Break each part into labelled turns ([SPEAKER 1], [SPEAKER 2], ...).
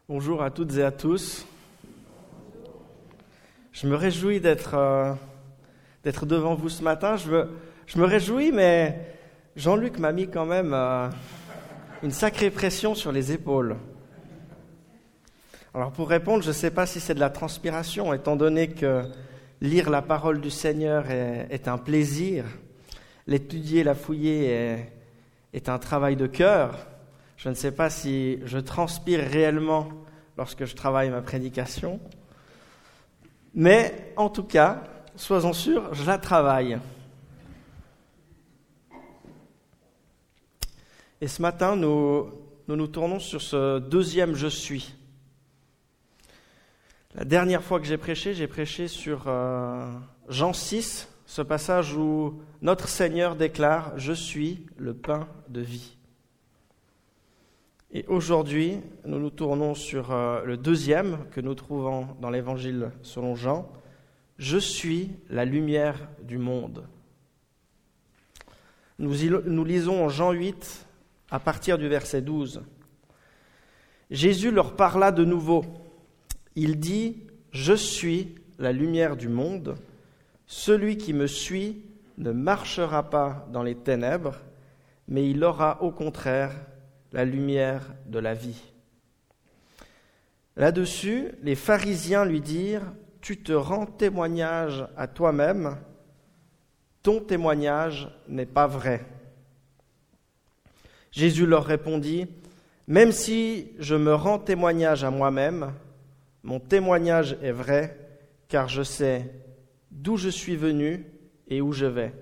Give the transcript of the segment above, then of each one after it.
[SPEAKER 1] Bonjour à toutes et à tous. Je me réjouis d'être devant vous ce matin. Je me réjouis, mais Jean-Luc m'a mis quand même une sacrée pression sur les épaules. Alors pour répondre, je ne sais pas si c'est de la transpiration, étant donné que lire la parole du Seigneur est un plaisir, l'étudier, la fouiller est un travail de cœur. Je ne sais pas si je transpire réellement lorsque je travaille ma prédication. Mais en tout cas, soyons sûrs, je la travaille. Et ce matin, nous tournons sur ce deuxième « Je suis ». La dernière fois que j'ai prêché sur Jean 6, ce passage où notre Seigneur déclare « Je suis le pain de vie ». Et aujourd'hui, nous nous tournons sur le deuxième que nous trouvons dans l'Évangile selon Jean. « Je suis la lumière du monde ». Nous lisons en Jean 8, à partir du verset 12. Jésus leur parla de nouveau. Il dit « Je suis la lumière du monde. Celui qui me suit ne marchera pas dans les ténèbres, mais il aura au contraire la lumière de la vie. » Là-dessus, les pharisiens lui dirent « Tu te rends témoignage à toi-même, ton témoignage n'est pas vrai. » Jésus leur répondit « Même si je me rends témoignage à moi-même, mon témoignage est vrai, car je sais d'où je suis venu et où je vais.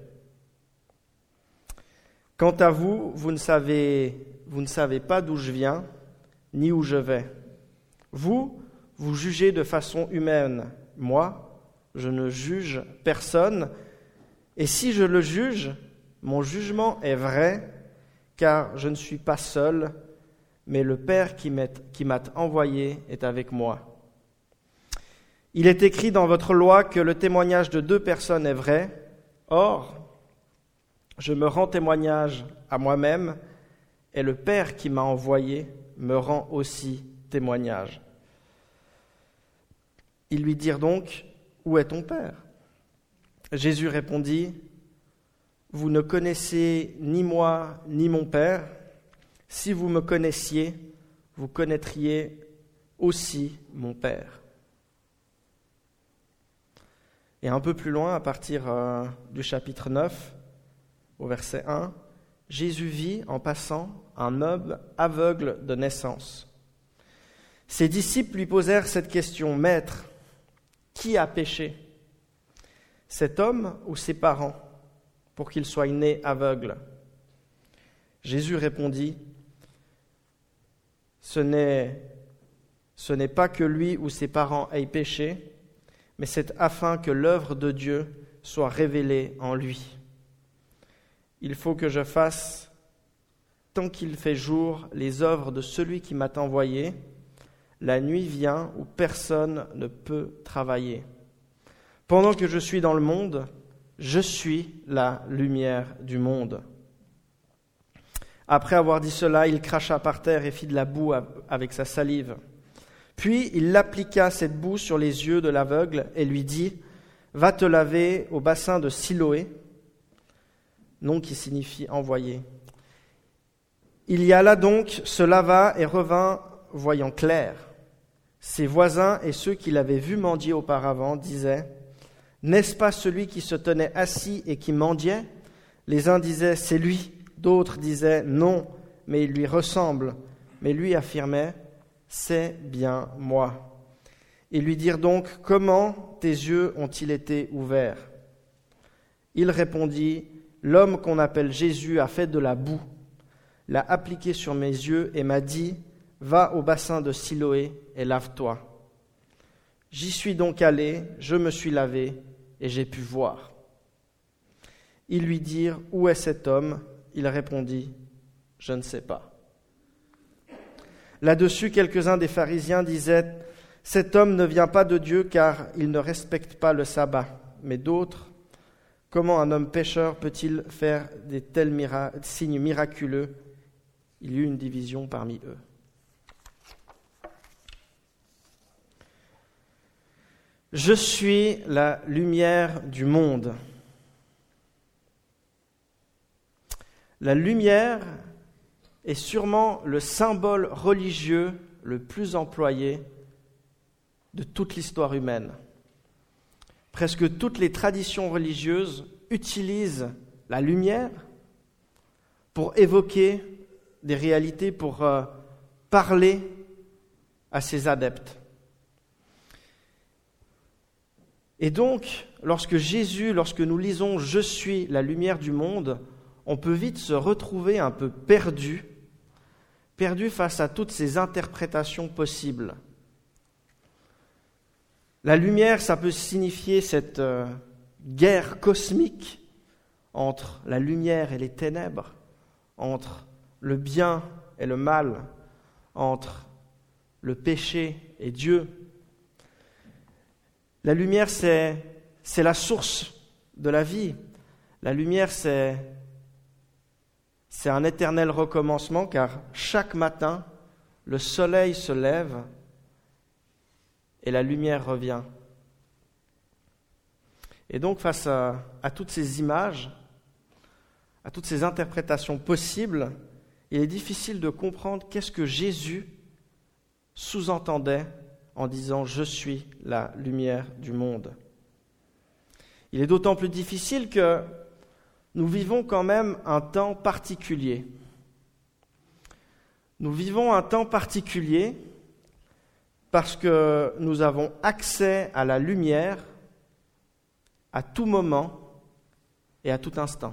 [SPEAKER 1] Quant à vous, vous ne savez pas d'où je viens, ni où je vais. Vous jugez de façon humaine. Moi, je ne juge personne. Et si je le juge, mon jugement est vrai, car je ne suis pas seul, mais le Père qui m'a envoyé est avec moi. Il est écrit dans votre loi que le témoignage de 2 personnes est vrai. Or, je me rends témoignage à moi-même, et le Père qui m'a envoyé me rend aussi témoignage. » Ils lui dirent donc, « Où est ton Père ?» Jésus répondit, « Vous ne connaissez ni moi ni mon Père. Si vous me connaissiez, vous connaîtriez aussi mon Père. » Et un peu plus loin, à partir du chapitre 9, au verset 1, Jésus vit en passant un homme aveugle de naissance. Ses disciples lui posèrent cette question, « Maître, qui a péché, cet homme ou ses parents, pour qu'il soit né aveugle ?» Jésus répondit, « Ce n'est pas que lui ou ses parents aient péché, mais c'est afin que l'œuvre de Dieu soit révélée en lui. Il faut que je fasse, tant qu'il fait jour, les œuvres de celui qui m'a envoyé. La nuit vient où personne ne peut travailler. Pendant que je suis dans le monde, je suis la lumière du monde. » Après avoir dit cela, il cracha par terre et fit de la boue avec sa salive. Puis il appliqua cette boue sur les yeux de l'aveugle et lui dit « Va te laver au bassin de Siloé », nom qui signifie « envoyé ». Il y alla donc, se lava et revint voyant clair. Ses voisins et ceux qui l'avaient vu mendier auparavant disaient « N'est-ce pas celui qui se tenait assis et qui mendiait ?» Les uns disaient « C'est lui », d'autres disaient « Non, mais il lui ressemble ». Mais lui affirmait « C'est bien moi ». Ils lui dirent donc « Comment tes yeux ont-ils été ouverts ?» Il répondit « L'homme qu'on appelle Jésus a fait de la boue, l'a appliqué sur mes yeux et m'a dit « Va au bassin de Siloé et lave-toi ». J'y suis donc allé, je me suis lavé et j'ai pu voir. Ils lui dirent « Où est cet homme ?» Il répondit « Je ne sais pas. » Là-dessus, quelques-uns des pharisiens disaient « Cet homme ne vient pas de Dieu car il ne respecte pas le sabbat. » Mais d'autres « Comment un homme pécheur peut-il faire des tels signes miraculeux ?» Il y eut une division parmi eux. Je suis la lumière du monde. La lumière est sûrement le symbole religieux le plus employé de toute l'histoire humaine. Presque toutes les traditions religieuses utilisent la lumière pour évoquer des réalités, pour parler à ses adeptes. Et donc, lorsque nous lisons « Je suis la lumière du monde », on peut vite se retrouver un peu perdu face à toutes ces interprétations possibles. La lumière, ça peut signifier cette guerre cosmique entre la lumière et les ténèbres, entre le bien et le mal, entre le péché et Dieu. La lumière, c'est la source de la vie. La lumière, c'est un éternel recommencement, car chaque matin, le soleil se lève et la lumière revient. Et donc, face à toutes ces images, à toutes ces interprétations possibles, il est difficile de comprendre qu'est-ce que Jésus sous-entendait en disant « Je suis la lumière du monde ». Il est d'autant plus difficile que nous vivons quand même un temps particulier. Nous vivons un temps particulier parce que nous avons accès à la lumière à tout moment et à tout instant.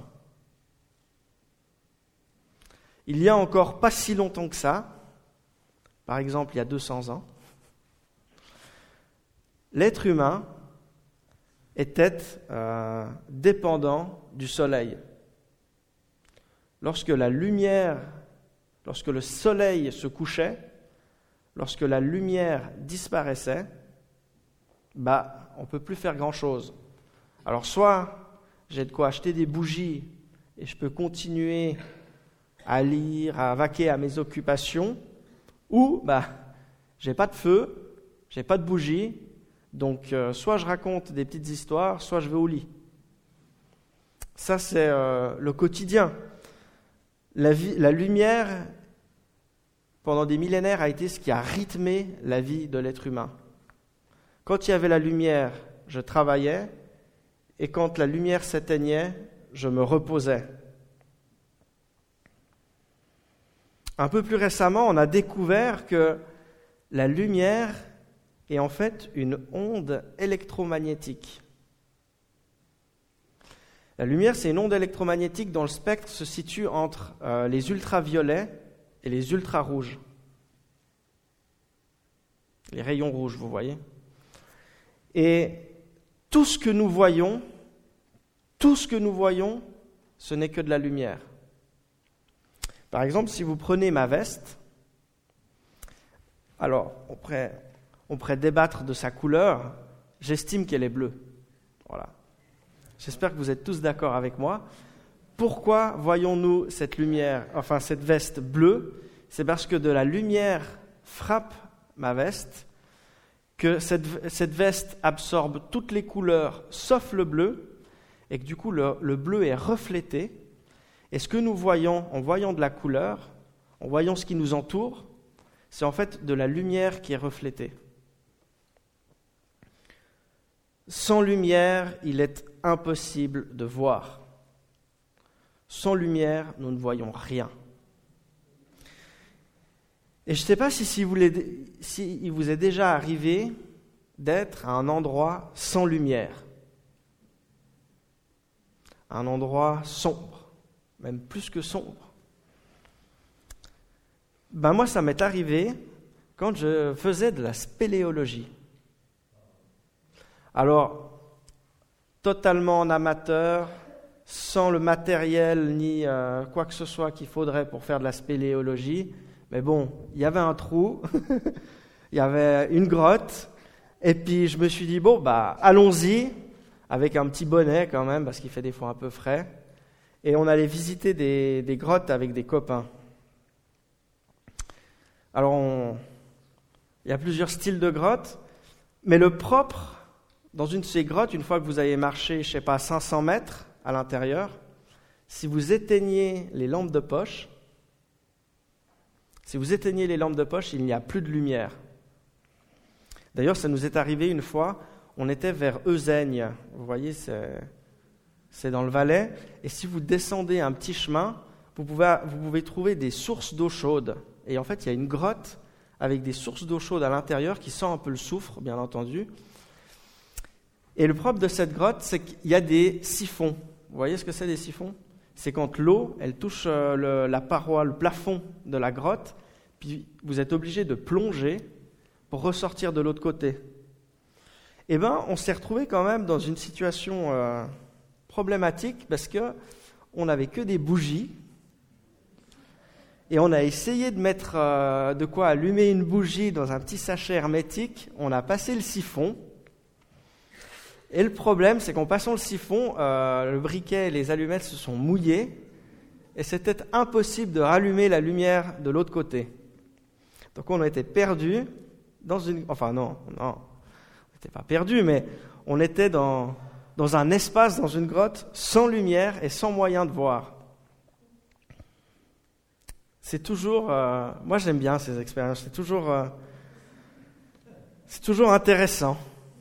[SPEAKER 1] Il y a encore pas si longtemps que ça, par exemple il y a 200 ans, l'être humain était dépendant du soleil. Lorsque le soleil se couchait, lorsque la lumière disparaissait, on ne peut plus faire grand-chose. Alors soit j'ai de quoi acheter des bougies et je peux continuer à lire, à vaquer à mes occupations, ou j'ai pas de feu, j'ai pas de bougies, donc soit je raconte des petites histoires, soit je vais au lit. Ça c'est le quotidien. La lumière, pendant des millénaires, a été ce qui a rythmé la vie de l'être humain. Quand il y avait la lumière, je travaillais, et quand la lumière s'éteignait, je me reposais. Un peu plus récemment, on a découvert que la lumière est en fait une onde électromagnétique. La lumière, c'est une onde électromagnétique dont le spectre se situe entre les ultraviolets et les ultrarouges. Les rayons rouges, vous voyez. Et tout ce que nous voyons, ce n'est que de la lumière. Par exemple, si vous prenez ma veste, alors on pourrait débattre de sa couleur, j'estime qu'elle est bleue. Voilà. J'espère que vous êtes tous d'accord avec moi. Pourquoi voyons-nous cette veste bleue ? C'est parce que de la lumière frappe ma veste, que cette veste absorbe toutes les couleurs sauf le bleu, et que du coup le bleu est reflété. Et ce que nous voyons en voyant de la couleur, en voyant ce qui nous entoure, c'est en fait de la lumière qui est reflétée. Sans lumière, il est impossible de voir. Sans lumière, nous ne voyons rien. Et je ne sais pas si il vous est déjà arrivé d'être à un endroit sans lumière. Un endroit sombre, même plus que sombre. Moi, ça m'est arrivé quand je faisais de la spéléologie. Alors, totalement en amateur, sans le matériel ni quoi que ce soit qu'il faudrait pour faire de la spéléologie. Mais bon, il y avait un trou, il y avait une grotte, et puis je me suis dit, allons-y, avec un petit bonnet quand même, parce qu'il fait des fois un peu frais, et on allait visiter des grottes avec des copains. Alors, il y a plusieurs styles de grottes, mais le propre dans une de ces grottes, une fois que vous avez marché, 500 mètres à l'intérieur, si vous éteignez les lampes de poche, il n'y a plus de lumière. D'ailleurs, ça nous est arrivé une fois, on était vers Euzeigne, vous voyez, c'est dans le Valais, et si vous descendez un petit chemin, vous pouvez trouver des sources d'eau chaude. Et en fait, il y a une grotte avec des sources d'eau chaude à l'intérieur qui sent un peu le soufre, bien entendu. Et le propre de cette grotte, c'est qu'il y a des siphons. Vous voyez ce que c'est des siphons ? C'est quand l'eau, elle touche la paroi, le plafond de la grotte, puis vous êtes obligé de plonger pour ressortir de l'autre côté. Eh bien, on s'est retrouvé quand même dans une situation problématique parce qu'on n'avait que des bougies et on a essayé de mettre de quoi allumer une bougie dans un petit sachet hermétique. On a passé le siphon et le problème, c'est qu'en passant le siphon, le briquet et les allumettes se sont mouillés et c'était impossible de rallumer la lumière de l'autre côté. Donc on était perdus dans une... Enfin non, on n'était pas perdus, mais on était dans un espace, dans une grotte, sans lumière et sans moyen de voir. C'est toujours... moi j'aime bien ces expériences, c'est toujours intéressant.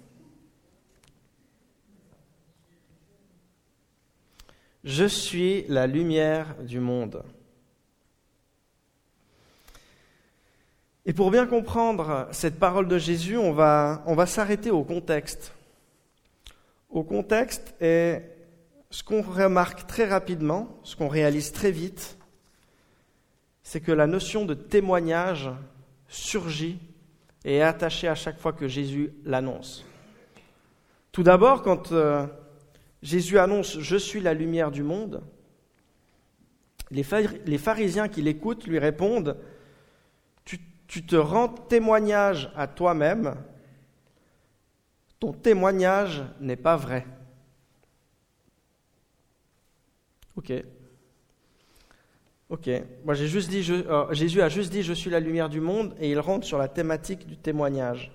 [SPEAKER 1] Je suis la lumière du monde. Et pour bien comprendre cette parole de Jésus, on va s'arrêter au contexte. Au contexte, et ce qu'on remarque très rapidement, ce qu'on réalise très vite, c'est que la notion de témoignage surgit et est attachée à chaque fois que Jésus l'annonce. Tout d'abord, quand Jésus annonce « Je suis la lumière du monde », les pharisiens qui l'écoutent lui répondent « Tu te rends témoignage à toi-même, ton témoignage n'est pas vrai. » Ok. Moi, Jésus a juste dit « Je suis la lumière du monde » et il rentre sur la thématique du témoignage.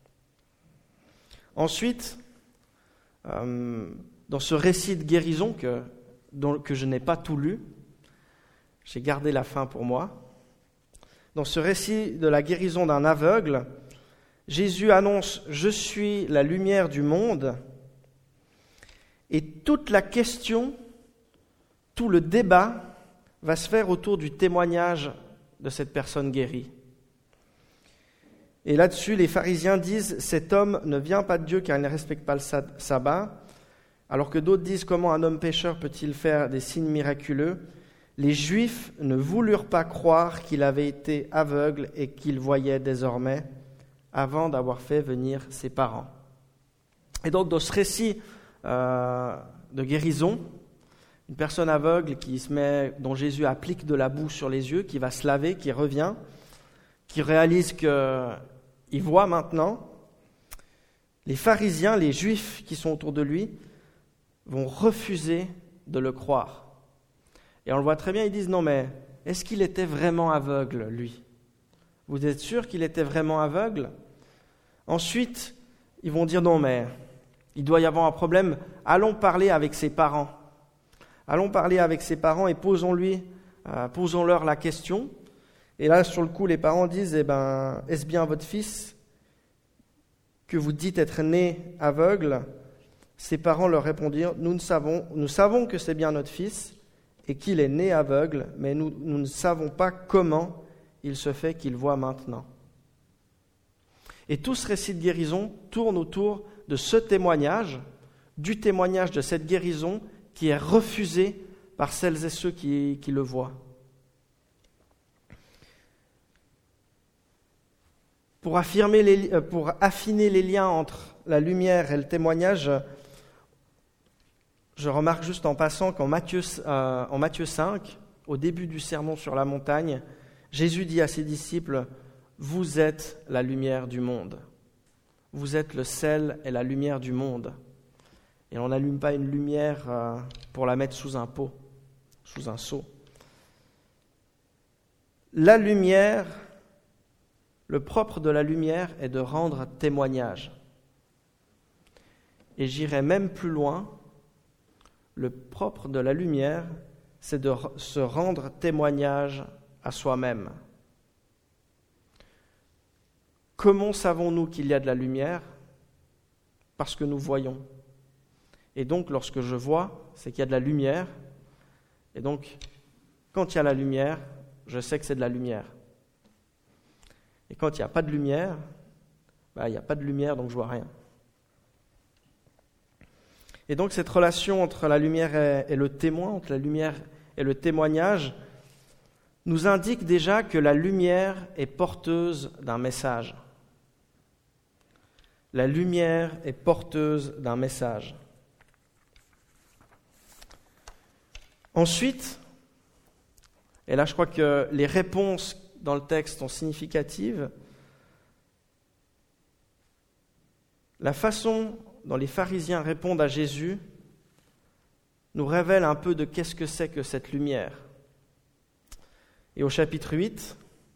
[SPEAKER 1] Ensuite, dans ce récit de guérison que je n'ai pas tout lu, j'ai gardé la fin pour moi. Dans ce récit de la guérison d'un aveugle, Jésus annonce « Je suis la lumière du monde » et toute la question, tout le débat va se faire autour du témoignage de cette personne guérie. Et là-dessus, les pharisiens disent « Cet homme ne vient pas de Dieu car il ne respecte pas le sabbat », alors que d'autres disent « Comment un homme pécheur peut-il faire des signes miraculeux ?» Les Juifs ne voulurent pas croire qu'il avait été aveugle et qu'il voyait désormais avant d'avoir fait venir ses parents. Et donc dans ce récit de guérison, une personne aveugle dont Jésus applique de la boue sur les yeux, qui va se laver, qui revient, qui réalise qu'il voit maintenant, les pharisiens, les Juifs qui sont autour de lui, vont refuser de le croire. Et on le voit très bien, ils disent « Non, mais est-ce qu'il était vraiment aveugle, lui ? Vous êtes sûr qu'il était vraiment aveugle ?» Ensuite, ils vont dire « Non, mais il doit y avoir un problème. Allons parler avec ses parents. Allons parler avec ses parents et posons-leur la question. » Et là, sur le coup, les parents disent « Est-ce bien votre fils que vous dites être né aveugle ?» Ses parents leur répondirent « Nous savons que c'est bien notre fils et qu'il est né aveugle, mais nous ne savons pas comment il se fait qu'il voit maintenant. » Et tout ce récit de guérison tourne autour de ce témoignage, du témoignage de cette guérison qui est refusé par celles et ceux qui le voient. Pour affiner les liens entre la lumière et le témoignage, je remarque juste en passant qu'en Matthieu 5, au début du sermon sur la montagne, Jésus dit à ses disciples « Vous êtes la lumière du monde. Vous êtes le sel et la lumière du monde. » Et on n'allume pas une lumière pour la mettre sous un pot, sous un seau. La lumière, le propre de la lumière est de rendre témoignage. et j'irai même plus loin, le propre de la lumière, c'est de se rendre témoignage à soi-même. Comment savons-nous qu'il y a de la lumière ? Parce que nous voyons. Et donc, lorsque je vois, c'est qu'il y a de la lumière. Et donc, quand il y a la lumière, je sais que c'est de la lumière. Et quand il n'y a pas de lumière, il n'y a pas de lumière, donc je vois rien. Et donc, cette relation entre la lumière et le témoin, entre la lumière et le témoignage, nous indique déjà que la lumière est porteuse d'un message. La lumière est porteuse d'un message. Ensuite, et là je crois que les réponses dans le texte sont significatives, la façon dont les pharisiens répondent à Jésus nous révèle un peu de qu'est-ce que c'est que cette lumière. Et au chapitre 8,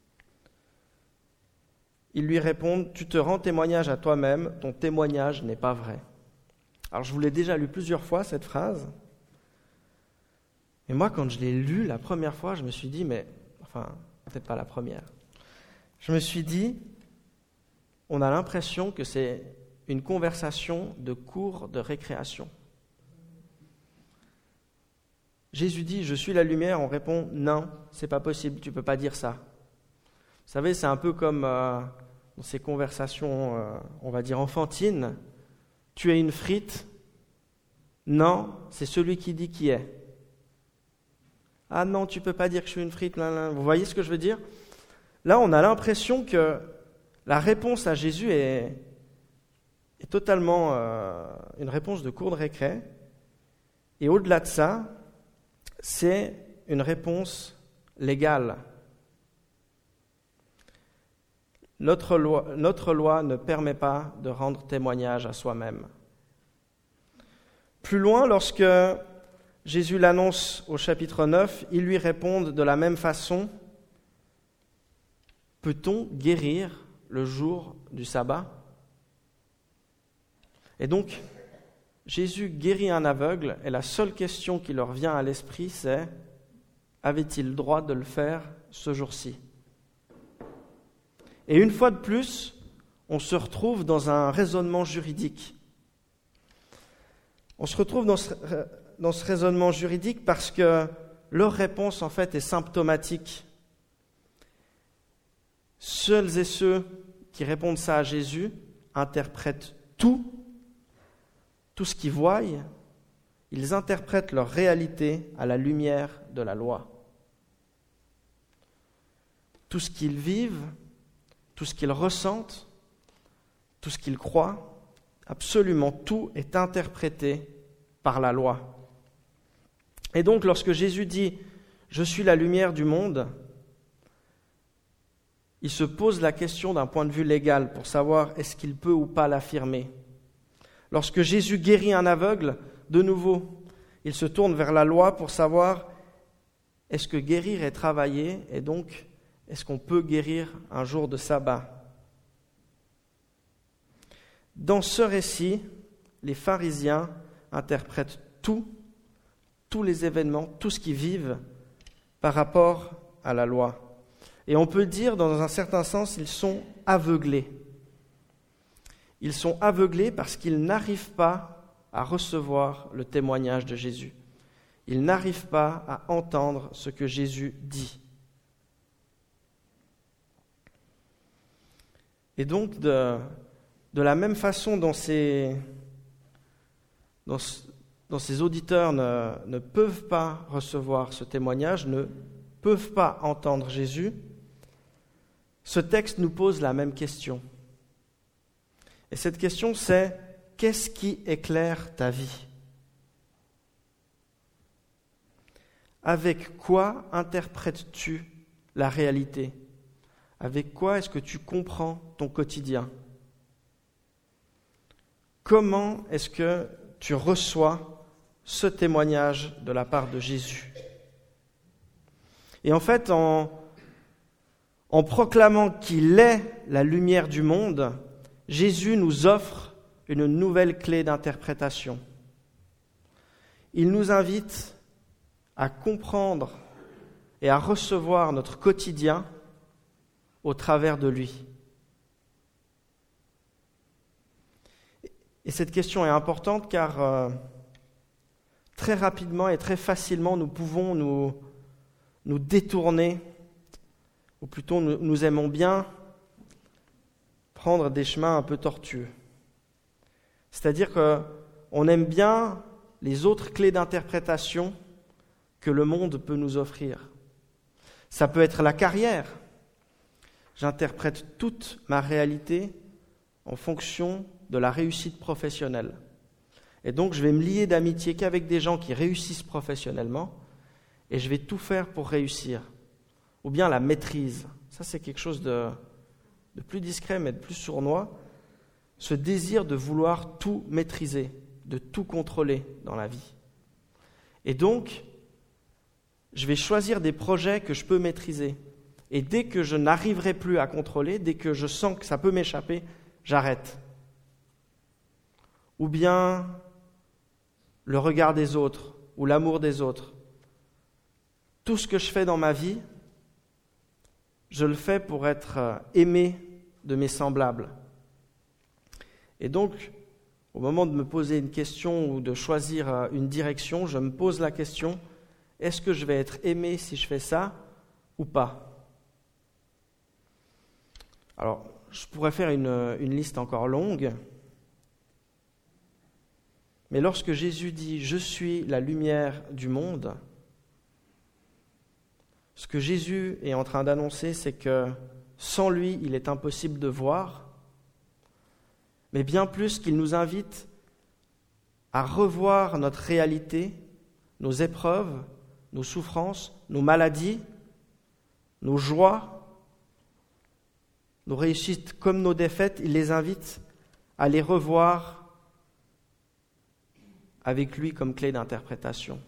[SPEAKER 1] ils lui répondent « Tu te rends témoignage à toi-même, ton témoignage n'est pas vrai. » Alors je vous l'ai déjà lu plusieurs fois cette phrase, mais moi quand je l'ai lu la première fois, je me suis dit, peut-être pas la première, je me suis dit, on a l'impression que c'est une conversation de cours de récréation. Jésus dit « Je suis la lumière », on répond « Non, c'est pas possible, tu peux pas dire ça ». Vous savez, c'est un peu comme dans ces conversations, on va dire enfantines. « Tu es une frite ?» « Non, c'est celui qui dit qui est. » « Ah non, tu peux pas dire que je suis une frite. » Vous voyez ce que je veux dire ? Là, on a l'impression que la réponse à Jésus est totalement une réponse de cours de récré. Et au-delà de ça, c'est une réponse légale. Notre loi ne permet pas de rendre témoignage à soi-même. Plus loin, lorsque Jésus l'annonce au chapitre 9, ils lui répondent de la même façon. Peut-on guérir le jour du sabbat ? Et donc, Jésus guérit un aveugle et la seule question qui leur vient à l'esprit, c'est « Avait-il droit de le faire ce jour-ci » ? Et une fois de plus, on se retrouve dans un raisonnement juridique. On se retrouve dans ce raisonnement juridique parce que leur réponse, en fait, est symptomatique. Seuls et ceux qui répondent ça à Jésus interprètent tout ce qu'ils voient, ils interprètent leur réalité à la lumière de la loi. Tout ce qu'ils vivent, tout ce qu'ils ressentent, tout ce qu'ils croient, absolument tout est interprété par la loi. Et donc, lorsque Jésus dit « Je suis la lumière du monde », il se pose la question d'un point de vue légal pour savoir est-ce qu'il peut ou pas l'affirmer. Lorsque Jésus guérit un aveugle, de nouveau, il se tourne vers la loi pour savoir est-ce que guérir est travailler et donc est-ce qu'on peut guérir un jour de sabbat. Dans ce récit, les pharisiens interprètent tous les événements, tout ce qu'ils vivent par rapport à la loi. Et on peut dire, dans un certain sens, ils sont aveuglés. Ils sont aveuglés parce qu'ils n'arrivent pas à recevoir le témoignage de Jésus. Ils n'arrivent pas à entendre ce que Jésus dit. Et donc, de la même façon dont ces auditeurs ne peuvent pas recevoir ce témoignage, ne peuvent pas entendre Jésus, ce texte nous pose la même question. Et cette question, c'est « Qu'est-ce qui éclaire ta vie ?» Avec quoi interprètes-tu la réalité ? Avec quoi est-ce que tu comprends ton quotidien ? Comment est-ce que tu reçois ce témoignage de la part de Jésus ? Et en fait, en proclamant qu'il est la lumière du monde, Jésus nous offre une nouvelle clé d'interprétation. Il nous invite à comprendre et à recevoir notre quotidien au travers de lui. Et cette question est importante car très rapidement et très facilement nous pouvons nous détourner, ou plutôt nous aimons bien prendre des chemins un peu tortueux. C'est-à-dire qu'on aime bien les autres clés d'interprétation que le monde peut nous offrir. Ça peut être la carrière. J'interprète toute ma réalité en fonction de la réussite professionnelle. Et donc, je vais me lier d'amitié qu'avec des gens qui réussissent professionnellement et je vais tout faire pour réussir. Ou bien la maîtrise. Ça, c'est quelque chose de plus discret, mais de plus sournois. Ce désir de vouloir tout maîtriser, de tout contrôler dans la vie. Et donc, je vais choisir des projets que je peux maîtriser. Et dès que je n'arriverai plus à contrôler, dès que je sens que ça peut m'échapper, j'arrête. Ou bien le regard des autres ou l'amour des autres. Tout ce que je fais dans ma vie, je le fais pour être aimé de mes semblables. Et donc, au moment de me poser une question ou de choisir une direction, je me pose la question, est-ce que je vais être aimé si je fais ça ou pas ? Alors, je pourrais faire une liste encore longue, mais lorsque Jésus dit « Je suis la lumière du monde », ce que Jésus est en train d'annoncer, c'est que sans lui, il est impossible de voir, mais bien plus qu'il nous invite à revoir notre réalité, nos épreuves, nos souffrances, nos maladies, nos joies, nos réussites comme nos défaites. Il les invite à les revoir avec lui comme clé d'interprétation.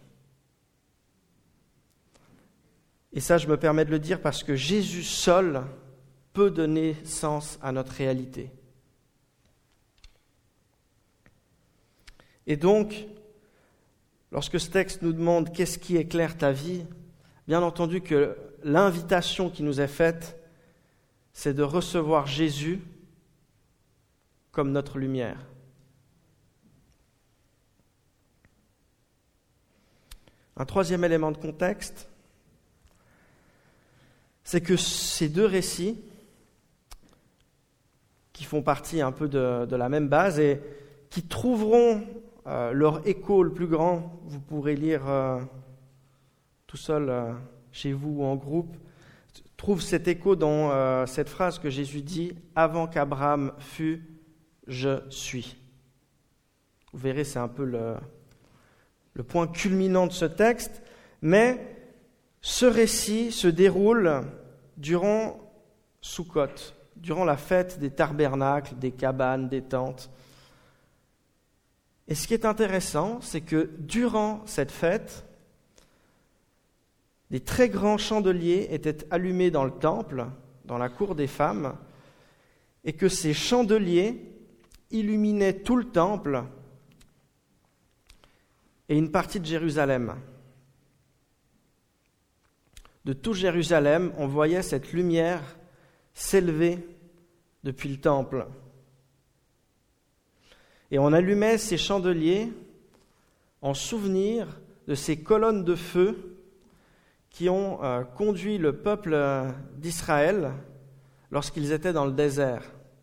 [SPEAKER 1] Et ça, je me permets de le dire parce que Jésus seul peut donner sens à notre réalité. Et donc, lorsque ce texte nous demande « Qu'est-ce qui éclaire ta vie ?», bien entendu que l'invitation qui nous est faite, c'est de recevoir Jésus comme notre lumière. Un troisième élément de contexte, c'est que ces deux récits, qui font partie un peu de la même base et qui trouveront leur écho le plus grand, vous pourrez lire tout seul chez vous ou en groupe, trouve cet écho dans cette phrase que Jésus dit « Avant qu'Abraham fût, je suis ». Vous verrez, c'est un peu le point culminant de ce texte, mais ce récit se déroule durant Soukhot, durant la fête des tabernacles, des cabanes, des tentes. Et ce qui est intéressant, c'est que durant cette fête, des très grands chandeliers étaient allumés dans le temple, dans la cour des femmes, et que ces chandeliers illuminaient tout le temple et une partie de Jérusalem. De tout Jérusalem, on voyait cette lumière s'élever depuis le temple. Et on allumait ces chandeliers en souvenir de ces colonnes de feu qui ont conduit le peuple d'Israël lorsqu'ils étaient dans le désert.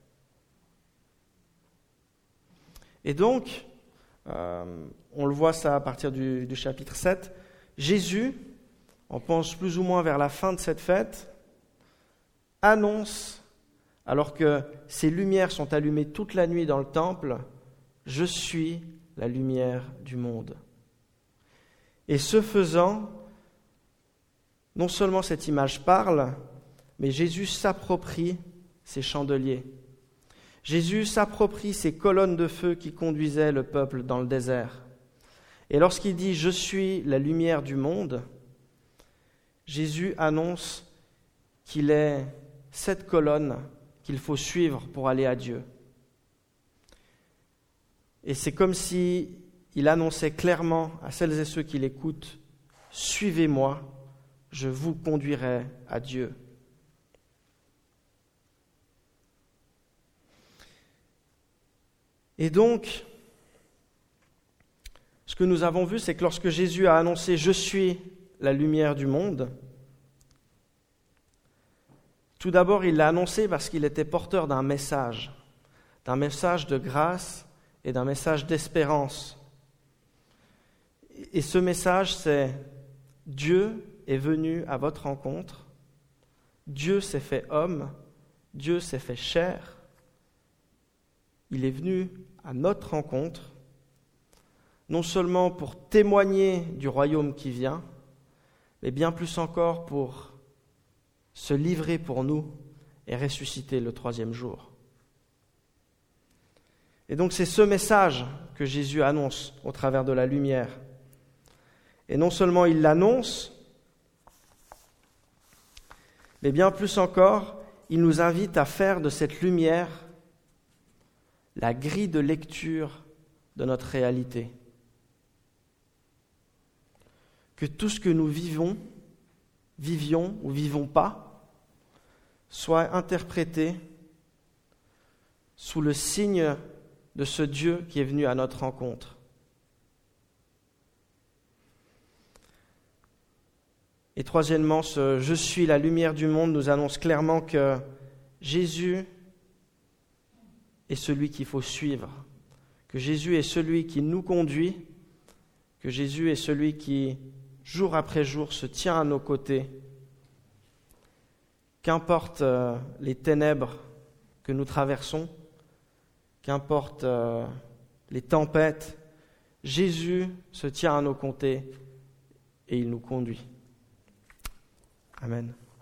[SPEAKER 1] Et donc, on le voit ça à partir du chapitre 7, Jésus, on pense plus ou moins vers la fin de cette fête, annonce, alors que ces lumières sont allumées toute la nuit dans le temple, « Je suis la lumière du monde ». Et ce faisant, non seulement cette image parle, mais Jésus s'approprie ces chandeliers. Jésus s'approprie ces colonnes de feu qui conduisaient le peuple dans le désert. Et lorsqu'il dit « Je suis la lumière du monde », Jésus annonce qu'il est cette colonne qu'il faut suivre pour aller à Dieu. Et c'est comme si il annonçait clairement à celles et ceux qui l'écoutent, « Suivez-moi, je vous conduirai à Dieu. » Et donc, ce que nous avons vu, c'est que lorsque Jésus a annoncé « Je suis la lumière du monde », tout d'abord, il l'a annoncé parce qu'il était porteur d'un message de grâce et d'un message d'espérance. Et ce message, c'est « Dieu est venu à votre rencontre, Dieu s'est fait homme, Dieu s'est fait chair, il est venu à notre rencontre, non seulement pour témoigner du royaume qui vient, mais bien plus encore pour se livrer pour nous et ressusciter le 3e jour. » Et donc c'est ce message que Jésus annonce au travers de la lumière. Et non seulement il l'annonce, mais bien plus encore, il nous invite à faire de cette lumière la grille de lecture de notre réalité. Que tout ce que nous vivions ou vivons pas, soit interprété sous le signe de ce Dieu qui est venu à notre rencontre. Et troisièmement, ce « Je suis la lumière du monde » nous annonce clairement que Jésus est celui qu'il faut suivre, que Jésus est celui qui nous conduit, que Jésus est celui qui, jour après jour, se tient à nos côtés. Qu'importe les ténèbres que nous traversons, qu'importe les tempêtes, Jésus se tient à nos côtés et il nous conduit. Amen.